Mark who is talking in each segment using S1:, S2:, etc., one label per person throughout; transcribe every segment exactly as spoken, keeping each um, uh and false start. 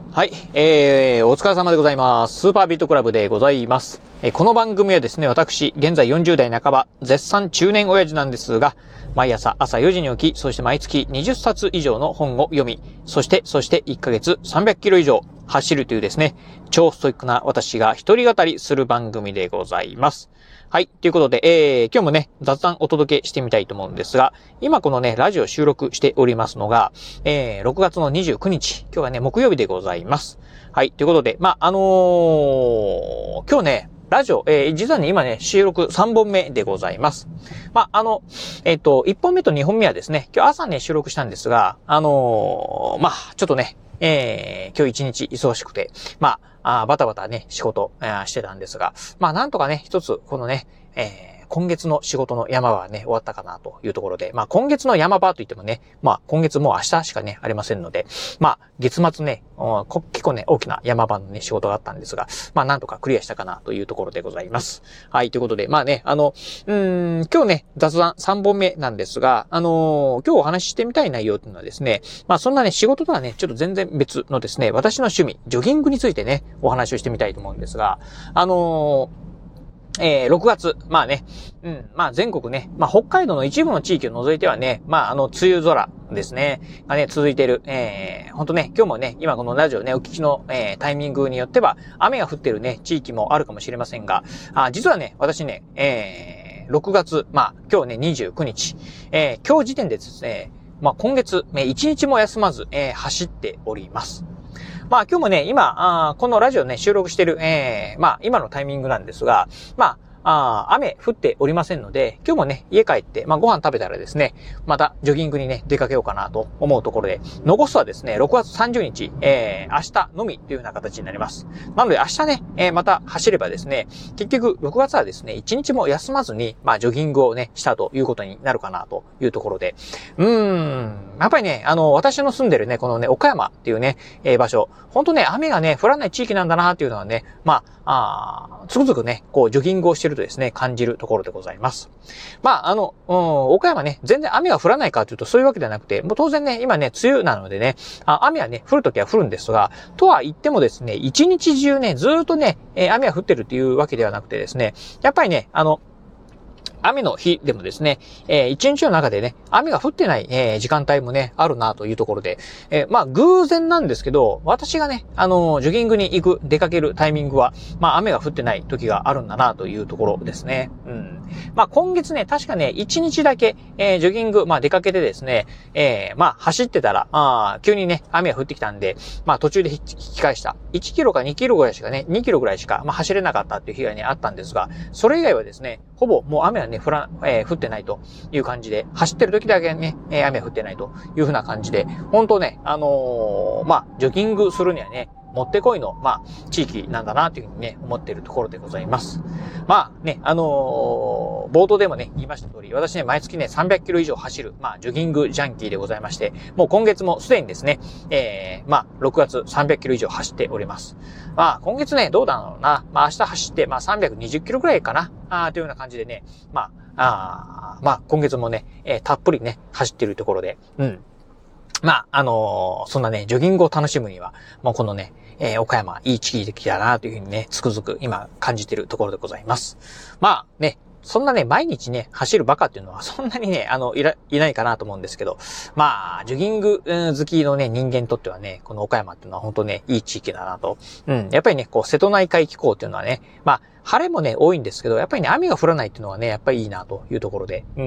S1: はい、えー、お疲れ様でございます。スーパービートクラブでございます。えー、この番組はですね、私、現在よんじゅう代半ば、絶賛中年親父なんですが、毎朝朝よじに起き、そして毎月にじゅっさつ以上の本を読み、そして、そしていっかげつさんびゃくキロ以上走るというですね、超ストイックな私が一人語りする番組でございます。はい。ということで、えー、今日もね、雑談お届けしてみたいと思うんですが、今このね、ラジオ収録しておりますのが、えー、ろくがつのにじゅうくにち、今日はね、木曜日でございます。はい。ということで、まあ、あのー、今日ね、ラジオ、えー、実はね、今ね、収録さんぼんめでございます。まあ、あの、えっと、いっぽんめとにほんめはですね、今日朝ね、収録したんですが、あのー、まあ、ちょっとね、えー、今日一日忙しくて、まあ、あバタバタね、仕事、えー、してたんですが、まあ、なんとかね、一つ、このね、えー、今月の仕事の山はね、終わったかなというところで、まあ、今月の山場といってもね、まあ、今月もう明日しかね、ありませんので、まあ、月末ね、結構ね、大きな山場のね、仕事があったんですが、まあ、なんとかクリアしたかなというところでございます。はい、ということで、まあね、あの、うーん、今日ね、雑談さんぼんめなんですが、あのー、今日お話ししてみたい内容というのはですね、まあ、そんなね、仕事とはね、ちょっと全然別のですね、私の趣味、ジョギングについてね、お話をしてみたいと思うんですが、あのー、えー、ろくがつ、まあね、うん、まあ全国ね、まあ北海道の一部の地域を除いてはね、まああの、梅雨空ですね、がね、続いている、えー、ほんとね、今日もね、今このラジオね、お聞きの、えー、タイミングによっては、雨が降っているね、地域もあるかもしれませんが、あ、実はね、私ね、えー、ろくがつ、まあ今日ね、にじゅうくにち、えー、今日時点でですね、まあ今月、ね、いちにちも休まず、えー、走っております。まあ今日もね、今、あこのラジオね、収録してる、えー、まあ今のタイミングなんですが、まあ、あ雨降っておりませんので、今日もね、家帰って、まあご飯食べたらですね、またジョギングにね、出かけようかなと思うところで、残すはですね、ろくがつさんじゅうにち、えー、明日のみというような形になります。なので明日ね、えー、また走ればですね、結局ろくがつはですね、いちにちも休まずに、まあジョギングをね、したということになるかなというところで、うーん、やっぱりね、あの、私の住んでるね、このね、岡山っていうね、えー、場所、ほんとね、雨がね、降らない地域なんだなっていうのはね、まあ、あつくづくね、こう、ジョギングをしてるとですね、感じるところでございます。まあ、あの、うん、岡山ね、全然雨が降らないかというとそういうわけではなくて、もう当然ね、今ね、梅雨なのでね、あ雨はね、降るときは降るんですが、とは言ってもですね、一日中ね、ずーっとね、えー、雨が降ってるっていうわけではなくてですね、やっぱりね、あの、雨の日でもですね、えー、一日の中でね、雨が降ってない、えー、時間帯もね、あるなというところで、えー、まあ、偶然なんですけど、私がね、あのー、ジョギングに行く、出かけるタイミングは、まあ、雨が降ってない時があるんだなというところですね。うん。まあ、今月ね、確かね、一日だけ、えー、ジョギング、まあ、出かけてですね、えー、まあ、走ってたら、あ急にね、雨が降ってきたんで、まあ、途中で引き返した。いちキロかにキロぐらいしかね、にキロぐらいしか、まあ、走れなかったっていう日がね、あったんですが、それ以外はですね、ほぼもう雨はね、降ら、えー、降ってないという感じで、走ってる時だけね、えー、雨は降ってないという風な感じで、本当ね、あのー、まあ、ジョギングするにはね、もってこいの、まあ、地域なんだなというふうにね、思っているところでございます。まあね、あのー、冒頭でもね、言いました通り、私ね、毎月ね、さんびゃくキロ以上走る、まあ、ジョギングジャンキーでございまして、もう今月もすでにですね、えー、まあ、ろくがつさんびゃくキロ以上走っております。まあ、今月ね、どうだろうな。まあ、明日走って、まあ、さんびゃくにじゅっキロぐらいかな。あーというような感じでね、まあ、あまあ、今月もね、えー、たっぷりね、走っているところで、うん。まあ、あのー、そんなね、ジョギングを楽しむには、もうこのね、えー、岡山、いい地域だなというふうにね、つくづく今感じているところでございます。まあね、そんなね、毎日ね、走るバカっていうのはそんなにね、あの、いら、いないかなと思うんですけど、まあ、ジョギング好きのね、人間にとってはね、この岡山っていうのは本当ね、いい地域だなと。うん、やっぱりね、こう、瀬戸内海気候っていうのはね、まあ、晴れもね、多いんですけど、やっぱりね、雨が降らないっていうのはね、やっぱりいいなというところで、うん、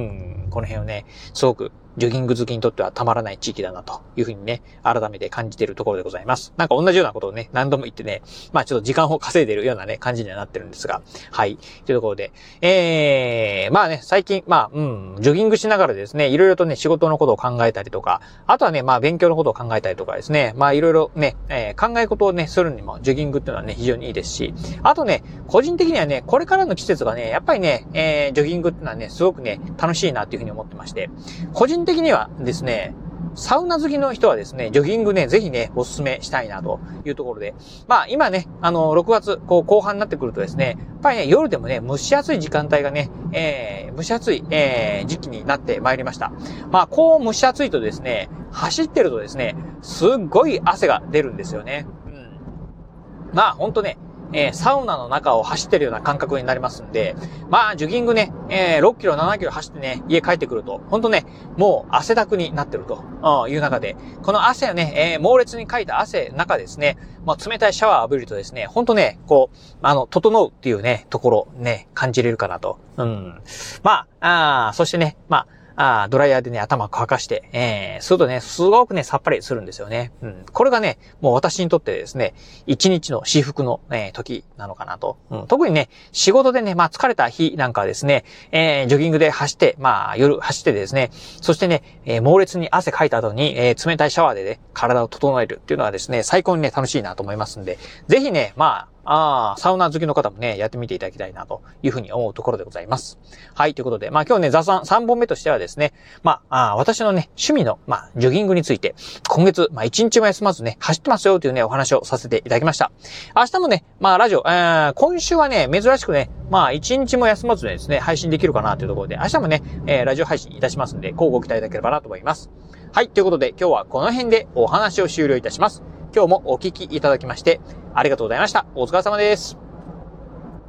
S1: この辺をね、すごく、ジョギング好きにとってはたまらない地域だなというふうにね、改めて感じているところでございます。なんか同じようなことをね、何度も言ってね、まあちょっと時間を稼いでいるようなね、感じにはなってるんですが、はい。というところで、えー、まあね、最近、まあ、うん、ジョギングしながらですね、いろいろとね、仕事のことを考えたりとか、あとはね、まあ勉強のことを考えたりとかですね、まあいろいろね、えー、考え事をね、するにも、ジョギングっていうのはね、非常にいいですし、あとね、個人的にはね、これからの季節がね、やっぱりね、えー、ジョギングっていうのはね、すごくね、楽しいなっていうふうに思ってまして、個人的にはですね、ね、サウナ好きの人はですね、ジョギングね、ぜひね、お勧めしたいなというところで。まあ今ね、あの、ろくがつ、こう、後半になってくるとですね、やっぱりね、夜でもね、蒸し暑い時間帯がね、えー、蒸し暑い、えー、時期になってまいりました。まあ、こう蒸し暑いとですね、走ってるとですね、すっごい汗が出るんですよね。うん。 まあほんとね、えー、サウナの中を走ってるような感覚になりますんで、まあ、ジョギングね、えー、ろっキロ、ななキロ走ってね、家帰ってくると、ほんとね、もう汗だくになってるという中で、この汗をね、えー、猛烈にかいた汗の中ですね、まあ、冷たいシャワーを浴びるとですね、ほんとね、こう、あの、整うっていうね、ところね、感じれるかなと。うん。まあ、あそしてね、まあ、あドライヤーでね、頭乾かして、えー、するとね、すごくね、さっぱりするんですよね。うん。これがね、もう私にとってですね、一日の至福の、えー、時なのかなと。うん。特にね、仕事でね、まあ疲れた日なんかはですね、えー、ジョギングで走って、まあ夜走ってですね、そしてね、えー、猛烈に汗かいた後に、えー、冷たいシャワーでね、体を整えるっていうのはですね、最高にね、楽しいなと思いますんで、ぜひね、まあ、ああ、サウナ好きの方もね、やってみていただきたいなというふうに思うところでございます。はい、ということで、まあ今日ね、雑談さんぼんめとしてはですね、まあ、あ私のね、趣味の、まあ、ジョギングについて、今月、まあ一日も休まずね、走ってますよというね、お話をさせていただきました。明日もね、まあラジオ、えー、今週はね、珍しくね、まあ一日も休まずですね、配信できるかなというところで、明日もね、えー、ラジオ配信いたしますんで、こうご期待いただければなと思います。はい、ということで、今日はこの辺でお話を終了いたします。今日もお聞きいただきまして、ありがとうございました。お疲れ様です。